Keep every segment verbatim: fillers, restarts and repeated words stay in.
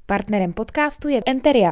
Partnerem podcastu je Enteria.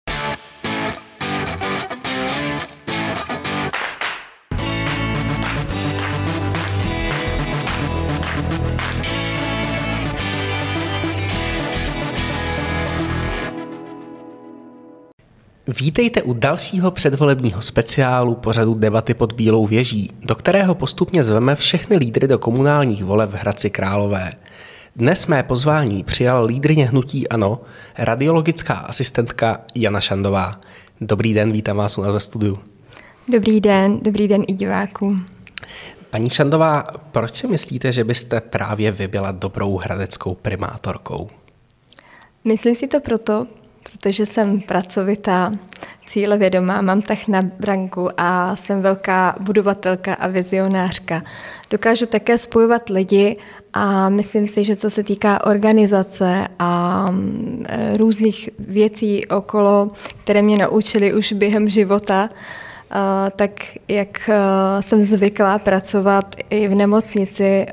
Vítejte u dalšího předvolebního speciálu pořadu Debaty pod Bílou věží, do kterého postupně zveme všechny lídry do komunálních voleb v Hradci Králové. Dnes mé pozvání přijala lídryně hnutí ANO, radiologická asistentka Jana Šandová. Dobrý den, vítám vás u nás ve studiu. Dobrý den, dobrý den i divákům. Paní Šandová, proč si myslíte, že byste právě vy byla dobrou hradeckou primátorkou? Myslím si to proto, protože jsem pracovitá, cílevědomá, mám tah na branku a jsem velká budovatelka a vizionářka. Dokážu také spojovat lidi a myslím si, že co se týká organizace a různých věcí okolo, které mě naučili už během života, tak jak jsem zvyklá pracovat i v nemocnici,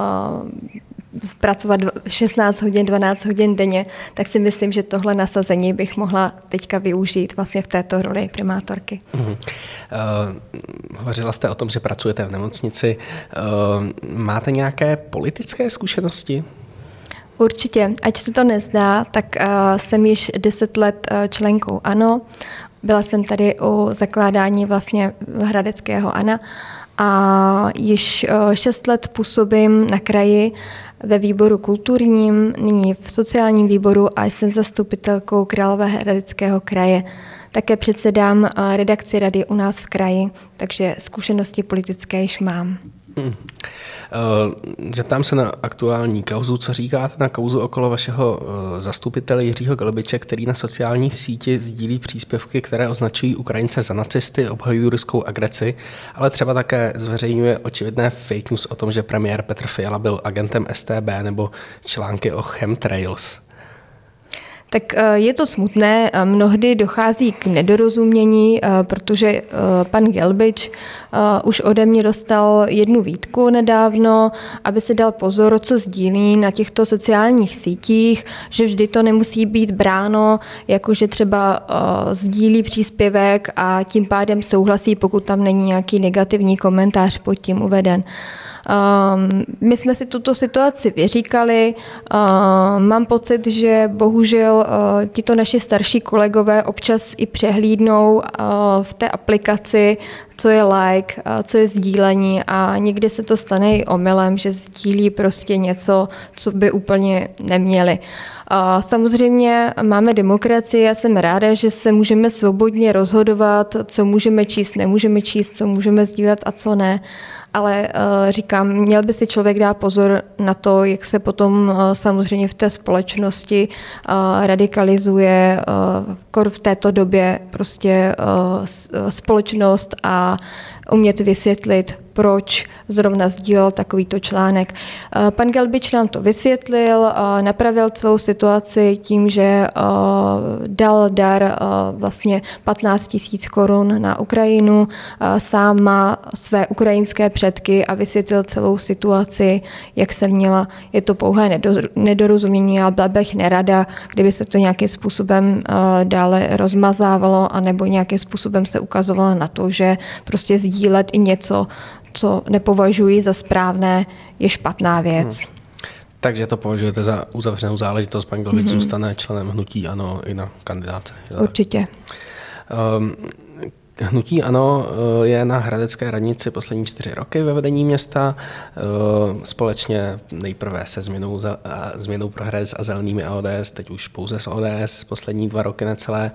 pracovat šestnáct hodin, dvanáct hodin denně, tak si myslím, že tohle nasazení bych mohla teďka využít vlastně v této roli primátorky. Uh-huh. Uh, hovořila jste o tom, že pracujete v nemocnici. Uh, máte nějaké politické zkušenosti? Určitě. Ať se to nezdá, tak uh, jsem již deset let uh, členkou ANO. Byla jsem tady u zakládání vlastně hradeckého ANO a již uh, šest let působím na kraji ve výboru kulturním, nyní v sociálním výboru a jsem zastupitelkou Královéhradeckého kraje. Také předsedám redakci rady u nás v kraji, takže zkušenosti politické již mám. Hmm. Zeptám se na aktuální kauzu. Co říkáte na kauzu okolo vašeho zastupitele Jiřího Galebiče, který na sociální síti sdílí příspěvky, které označují Ukrajince za nacisty, obhajují ruskou agresi, ale třeba také zveřejňuje očividné fake news o tom, že premiér Petr Fiala byl agentem S T B nebo články o chemtrails? Tak je to smutné, mnohdy dochází k nedorozumění, protože pan Gelbič už ode mě dostal jednu výtku nedávno, aby se dal pozor, co sdílí na těchto sociálních sítích, že vždy to nemusí být bráno, jakože třeba sdílí příspěvek a tím pádem souhlasí, pokud tam není nějaký negativní komentář pod tím uveden. Um, my jsme si tuto situaci vyříkali. Uh, mám pocit, že bohužel uh, tito naši starší kolegové občas i přehlídnou uh, v té aplikaci, co je like, uh, co je sdílení a někdy se to stane i omylem, že sdílí prostě něco, co by úplně neměli. Uh, samozřejmě máme demokracii, já jsem ráda, že se můžeme svobodně rozhodovat, co můžeme číst, nemůžeme číst, co můžeme sdílet a co ne. Ale uh, říkám, měl by si člověk dát pozor na to, jak se potom uh, samozřejmě v té společnosti uh, radikalizuje uh, v této době prostě uh, společnost a umět vysvětlit, proč zrovna sdílel takovýto článek. Pan Gelbič nám to vysvětlil, napravil celou situaci tím, že dal dar vlastně patnáct tisíc korun na Ukrajinu, sám má své ukrajinské předky a vysvětlil celou situaci, jak se měla. Je to pouhé nedorozumění a byla bych nerada, kdyby se to nějakým způsobem dále rozmazávalo anebo nějakým způsobem se ukazovalo na to, že prostě sdílet i něco, co nepovažuji za správné, je špatná věc. Hmm. Takže to považujete za uzavřenou záležitost, pan Gelbič hmm. zůstane členem hnutí ANO i na kandidáce? Určitě. Um, Hnutí ANO je na hradecké radnici poslední čtyři roky ve vedení města, společně nejprve se změnou, za, změnou pro Hradec a Zelenými a O D S, teď už pouze s O D S, poslední dva roky necelé.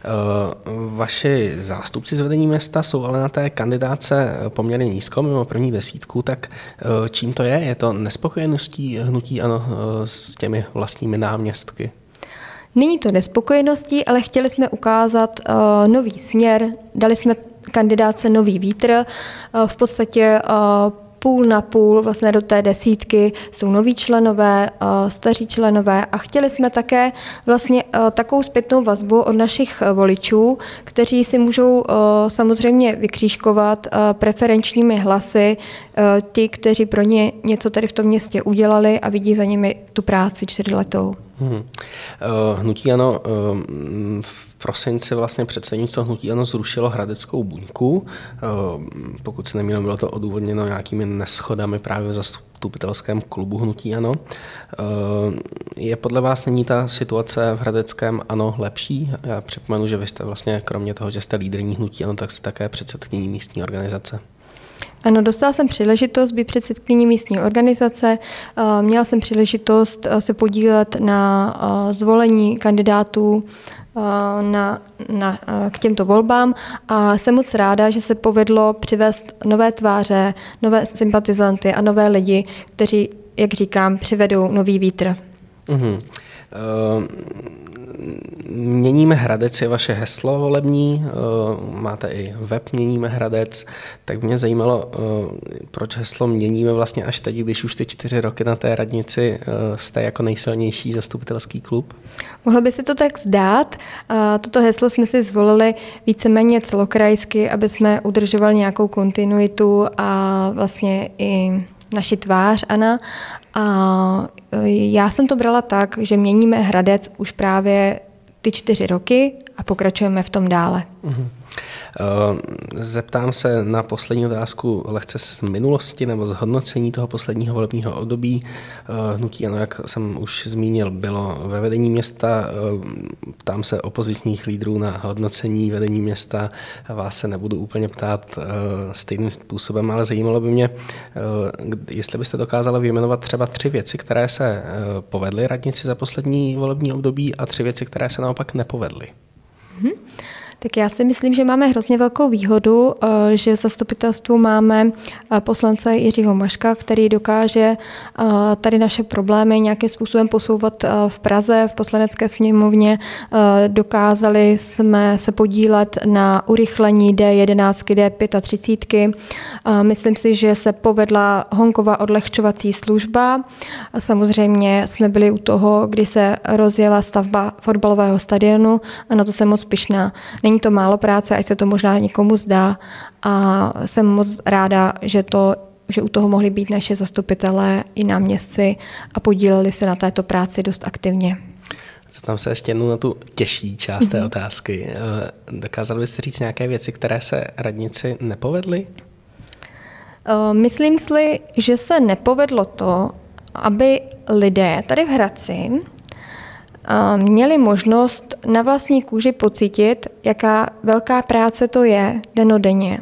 Vaši zástupci z vedení města jsou ale na té kandidáce poměrně nízko, mimo první desítku, tak čím to je? Je to nespokojeností hnutí ANO s těmi vlastními náměstky? Není to nespokojeností, ale chtěli jsme ukázat uh, nový směr, dali jsme kandidáce nový vítr, uh, v podstatě uh, půl na půl vlastně do té desítky jsou noví členové, staří členové a chtěli jsme také vlastně takovou zpětnou vazbu od našich voličů, kteří si můžou samozřejmě vykřížkovat preferenčními hlasy ty, kteří pro ně něco tady v tom městě udělali a vidí za nimi tu práci čtyřletou. Hmm. Hnutí ANO v prosinci vlastně předsednictvo Hnutí ANO zrušilo hradeckou buňku. Pokud se nemýlím, bylo to odůvodněno nějakými neschodami právě v zastupitelském klubu Hnutí ANO. Je podle vás nyní ta situace v hradeckém ANO lepší? Já připomenu, že vy jste vlastně kromě toho, že jste lídrní Hnutí ANO, tak jste také předsedkyní místní organizace. Ano, dostala jsem příležitost být předsedkyní místní organizace, měla jsem příležitost se podílet na zvolení kandidátů na, na, k těmto volbám a jsem moc ráda, že se povedlo přivést nové tváře, nové sympatizanty a nové lidi, kteří, jak říkám, přivedou nový vítr. Mm-hmm. Uh... Měníme Hradec je vaše heslo volební, máte i web Měníme Hradec, tak mě zajímalo, proč heslo měníme vlastně až teď, když už ty čtyři roky na té radnici jste jako nejsilnější zastupitelský klub? Mohlo by se to tak zdát. Toto heslo jsme si zvolili víceméně celokrajsky, aby jsme udržovali nějakou kontinuitu a vlastně i naši tvář, Anna. A já jsem to brala tak, že měníme Hradec už právě ty čtyři roky a pokračujeme v tom dále. Uh-huh. Zeptám se na poslední otázku lehce z minulosti nebo z hodnocení toho posledního volebního období. Hnutí ANO, jak jsem už zmínil, bylo ve vedení města. Ptám se opozičních lídrů na hodnocení vedení města. Vás se nebudu úplně ptát stejným způsobem, ale zajímalo by mě, jestli byste dokázala vyjmenovat třeba tři věci, které se povedly radnici za poslední volební období a tři věci, které se naopak nepovedly. Hmm. Tak já si myslím, že máme hrozně velkou výhodu, že v zastupitelstvu máme poslance Jiřího Maška, který dokáže tady naše problémy nějakým způsobem posouvat v Praze, v poslanecké sněmovně. Dokázali jsme se podílet na urychlení D jedenáct, D třicet pět. Myslím si, že se povedla Honkova odlehčovací služba. Samozřejmě jsme byli u toho, kdy se rozjela stavba fotbalového stadionu a na to jsem moc pyšná. Není to málo práce, až se to možná někomu zdá a jsem moc ráda, že, to, že u toho mohli být naše zastupitelé i náměstci a podíleli se na této práci dost aktivně. Zeptám se ještě jednou na tu těžší část mm-hmm. té otázky. Dokázali byste říct nějaké věci, které se radnici nepovedly? Myslím si, že se nepovedlo to, aby lidé tady v Hradci měli možnost na vlastní kůži pocítit, jaká velká práce to je dennodenně.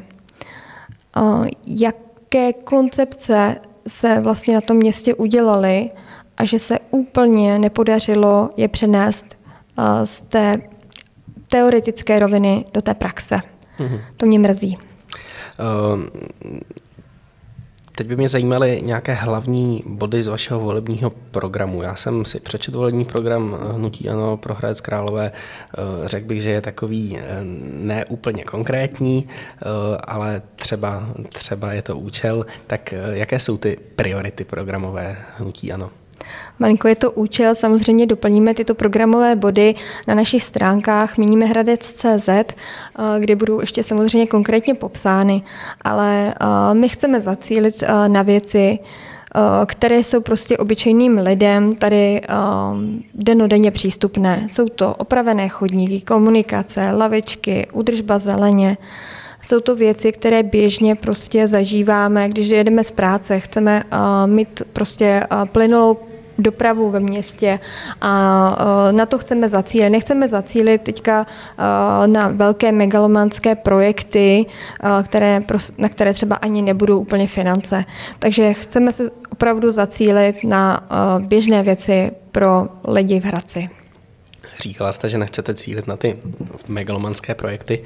Jaké koncepce se vlastně na tom městě udělaly a že se úplně nepodařilo je přenést z té teoretické roviny do té praxe. Mm-hmm. To mě mrzí. Um... Teď by mě zajímaly nějaké hlavní body z vašeho volebního programu. Já jsem si přečetl volební program Hnutí ANO pro Hradec Králové. Řekl bych, že je takový ne úplně konkrétní, ale třeba, třeba je to účel. Tak jaké jsou ty priority programové Hnutí ANO? Malinko je to účel, samozřejmě doplníme tyto programové body na našich stránkách měníme hradec tečka cé zet, kde budou ještě samozřejmě konkrétně popsány, ale my chceme zacílit na věci, které jsou prostě obyčejným lidem tady dennodenně přístupné. Jsou to opravené chodníky, komunikace, lavičky, údržba zeleně. Jsou to věci, které běžně prostě zažíváme, když jedeme z práce, chceme mít prostě plynulou dopravu ve městě a na to chceme zacílit. Nechceme zacílit teďka na velké megalomanské projekty, které, na které třeba ani nebudou úplně finance. Takže chceme se opravdu zacílit na běžné věci pro lidi v Hradci. Říkala jste, že nechcete cílit na ty megalomanské projekty.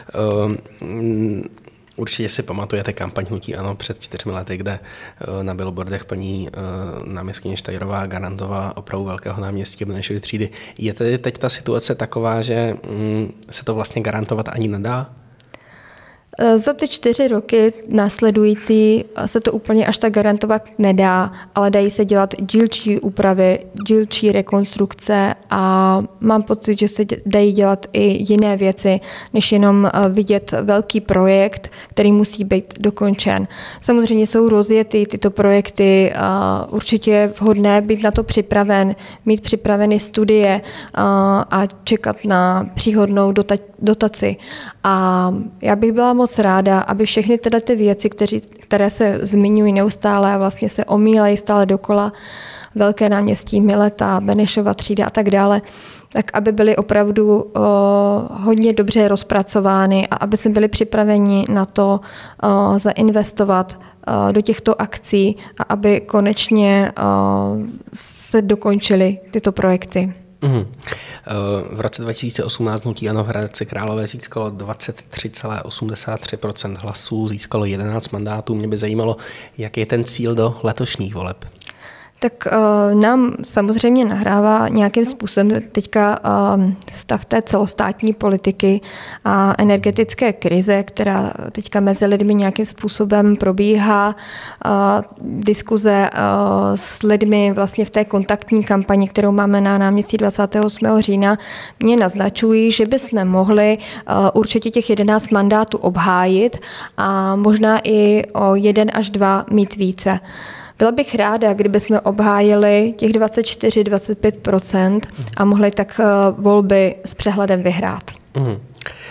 Určitě si pamatujete kampaň Hnutí ANO před čtyřmi lety, kde na billboardech paní náměstkyně Štajrová garantovala opravu velkého náměstí Benešovy třídy. Je tedy teď ta situace taková, že se to vlastně garantovat ani nedá? Za ty čtyři roky následující se to úplně až tak garantovat nedá, ale dají se dělat dílčí úpravy, dílčí rekonstrukce a mám pocit, že se dají dělat i jiné věci, než jenom vidět velký projekt, který musí být dokončen. Samozřejmě jsou rozjety tyto projekty, určitě je vhodné být na to připraven, mít připraveny studie a čekat na příhodnou dotaci. A já bych byla moc ráda, aby všechny tyhle ty věci, kteří, které se zmiňují neustále a vlastně se omílají stále dokola, Velké náměstí, Mileta, Benešova třída a tak dále, tak aby byly opravdu uh, hodně dobře rozpracovány a aby jsme byli připraveni na to uh, zainvestovat uh, do těchto akcí a aby konečně uh, se dokončily tyto projekty. Uhum. V roce dva tisíce osmnáct hnutí ANO v Hradci Králové získalo dvacet tři celá osmdesát tři procenta hlasů, získalo jedenáct mandátů. Mě by zajímalo, jaký je ten cíl do letošních voleb. Tak uh, nám samozřejmě nahrává nějakým způsobem teďka uh, stav té celostátní politiky a energetické krize, která teďka mezi lidmi nějakým způsobem probíhá. Uh, diskuze uh, s lidmi vlastně v té kontaktní kampani, kterou máme na náměstí dvacátého osmého října, mě naznačují, že bychom mohli uh, určitě těch jedenáct mandátů obhájit a možná i o jeden až dva mít více. Byla bych ráda, kdyby jsme obhájili těch dvacet čtyři až dvacet pět procent a mohli tak volby s přehledem vyhrát. Mm. Uh,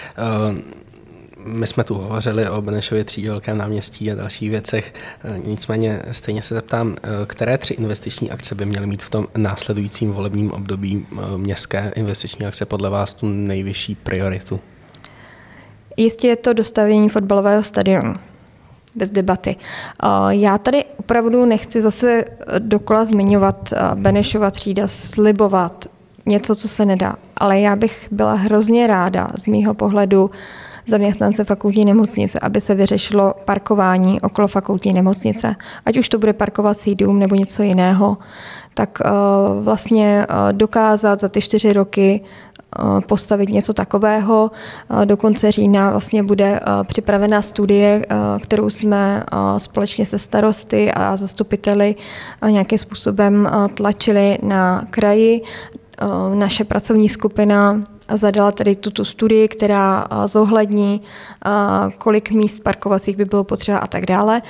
my jsme tu hovořili o Benešově třídě, Velkém náměstí a dalších věcech. Nicméně stejně se zeptám, které tři investiční akce by měly mít v tom následujícím volebním období městské investiční akce podle vás tu nejvyšší prioritu? Jistě je to dostavění fotbalového stadionu. Bez debaty. Já tady opravdu nechci zase dokola zmiňovat Benešova třída, slibovat něco, co se nedá, ale já bych byla hrozně ráda z mýho pohledu zaměstnance fakultní nemocnice, aby se vyřešilo parkování okolo fakultní nemocnice. Ať už to bude parkovací dům nebo něco jiného, tak vlastně dokázat za ty čtyři roky postavit něco takového. Do konce října vlastně bude připravená studie, kterou jsme společně se starosty a zastupiteli nějakým způsobem tlačili na kraji. Naše pracovní skupina zadala tady tuto studii, která zohlední, kolik míst parkovacích by bylo potřeba a tak dále.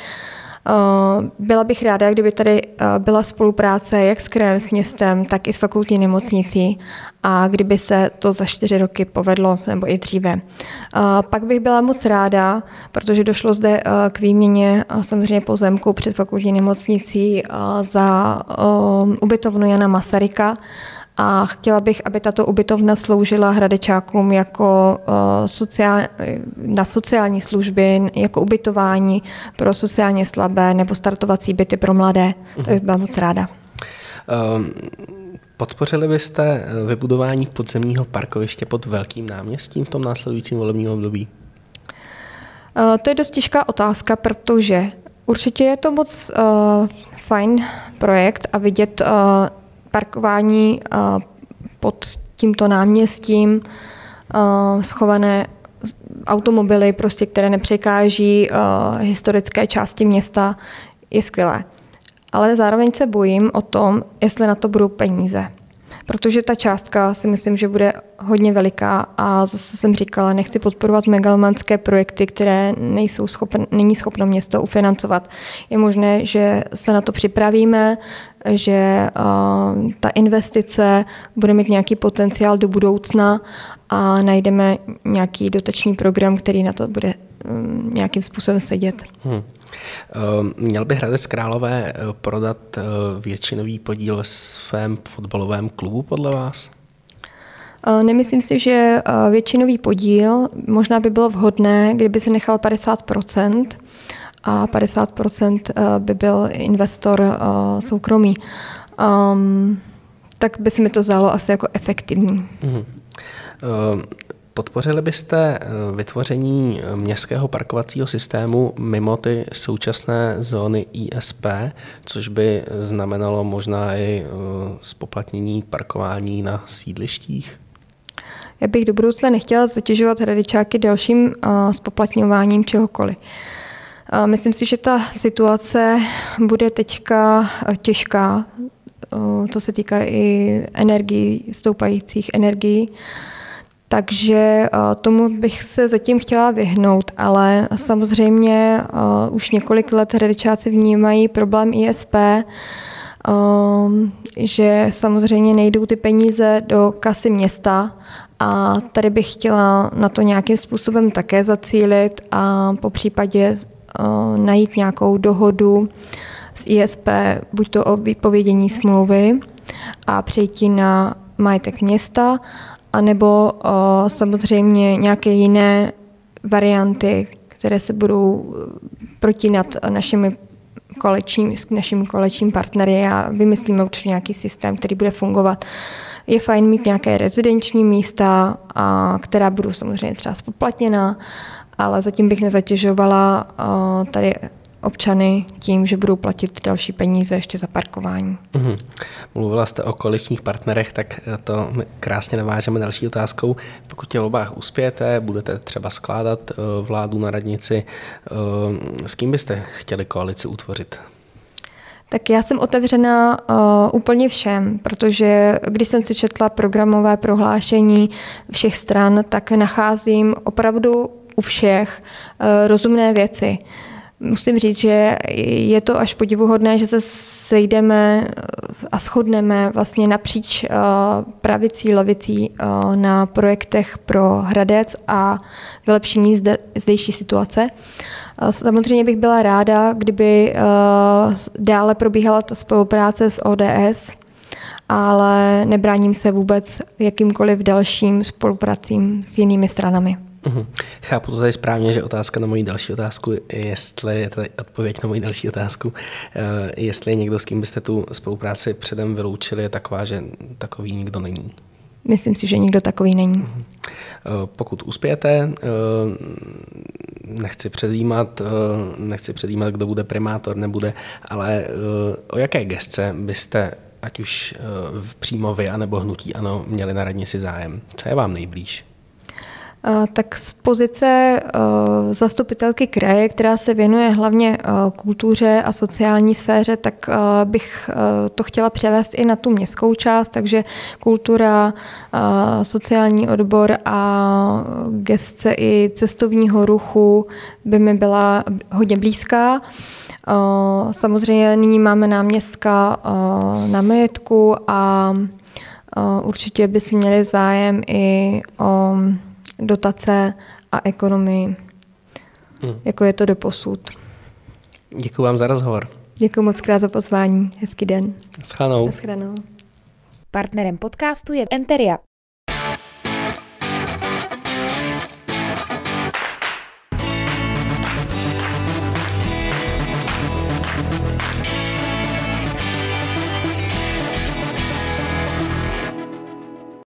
Byla bych ráda, kdyby tady byla spolupráce jak s krajem, s městem, tak i s fakultní nemocnicí a kdyby se to za čtyři roky povedlo, nebo i dříve. Pak bych byla moc ráda, protože došlo zde k výměně samozřejmě pozemku před fakultní nemocnicí za ubytovnu Jana Masaryka, a chtěla bych, aby tato ubytovna sloužila Hradečákům jako sociál, na sociální služby, jako ubytování pro sociálně slabé nebo startovací byty pro mladé. To bych byla moc ráda. Um, podpořili byste vybudování podzemního parkoviště pod Velkým náměstím v tom následujícím volebním období? Uh, to je dost těžká otázka, protože určitě je to moc uh, fajn projekt a vidět uh, parkování pod tímto náměstím, schované automobily, prostě, které nepřekáží historické části města, je skvělé. Ale zároveň se bojím o tom, jestli na to budou peníze. Protože ta částka si myslím, že bude hodně veliká a zase jsem říkala, nechci podporovat megalomanské projekty, které nejsou schopn, není schopno město ufinancovat. Je možné, že se na to připravíme, že uh, ta investice bude mít nějaký potenciál do budoucna a najdeme nějaký dotační program, který na to bude um, nějakým způsobem sedět. Hmm. Měl by Hradec Králové prodat většinový podíl ve svém fotbalovém klubu podle vás? Nemyslím si, že většinový podíl možná by bylo vhodné, kdyby se nechal padesát procent a padesát procent by byl investor soukromý. Um, tak by se mi to zdálo asi jako efektivní. Mm-hmm. Uh, Podpořili byste vytvoření městského parkovacího systému mimo ty současné zóny I S P, což by znamenalo možná i zpoplatnění parkování na sídlištích? Já bych do budoucna nechtěla zatěžovat Hradečáky dalším zpoplatňováním čehokoliv. Myslím si, že ta situace bude teďka těžká, co se týká i energií, stoupajících energií. Takže tomu bych se zatím chtěla vyhnout, ale samozřejmě už několik let Hradečáci vnímají problém I S P, že samozřejmě nejdou ty peníze do kasy města a tady bych chtěla na to nějakým způsobem také zacílit a po případě najít nějakou dohodu s I S P, buď to o vypovědění smlouvy a přejít na majetek města, anebo o, samozřejmě nějaké jiné varianty, které se budou protínat našimi koaličními, našimi koaličními partnery a vymyslíme určitě nějaký systém, který bude fungovat. Je fajn mít nějaké rezidenční místa, a, která budou samozřejmě třeba zpoplatněná, ale zatím bych nezatěžovala o, tady občany tím, že budou platit další peníze ještě za parkování. Uhum. Mluvila jste o koaličních partnerech, tak to krásně navážeme další otázkou. Pokud v volbách uspějete, budete třeba skládat vládu na radnici, s kým byste chtěli koalici utvořit? Tak já jsem otevřená uh, úplně všem, protože když jsem si četla programové prohlášení všech stran, tak nacházím opravdu u všech uh, rozumné věci. Musím říct, že je to až podivuhodné, že se sejdeme a shodneme vlastně napříč pravicí, levicí na projektech pro Hradec a vylepšení zde, zdejší situace. Samozřejmě bych byla ráda, kdyby dále probíhala ta spolupráce s O D S, ale nebráním se vůbec jakýmkoliv dalším spolupracím s jinými stranami. Uhum. Chápu to tady správně, že otázka na moji další otázku, jestli je tady odpověď na moji další otázku, jestli je někdo, s kým byste tu spolupráci předem vyloučili, je taková, že takový nikdo není. Myslím si, že nikdo takový není. Uhum. Pokud uspějete, nechci předjímat, nechci předjímat, kdo bude primátor, nebude, ale o jaké gesce byste, ať už přímo vy, anebo hnutí ANO, měli na radnici zájem? Co je vám nejblíž? Tak z pozice uh, zastupitelky kraje, která se věnuje hlavně uh, kultuře a sociální sféře, tak uh, bych uh, to chtěla převést i na tu městskou část, takže kultura, uh, sociální odbor a gesce i cestovního ruchu by mi byla hodně blízká. Uh, samozřejmě nyní máme náměstka uh, na majetku a uh, určitě bychom měli zájem i o dotace a ekonomii, hmm. jako je to doposud. Děkuji vám za rozhovor. Děkuji moc krát za pozvání. Hezký den. Naschledanou. Naschledanou. Partnerem podcastu je Enteria.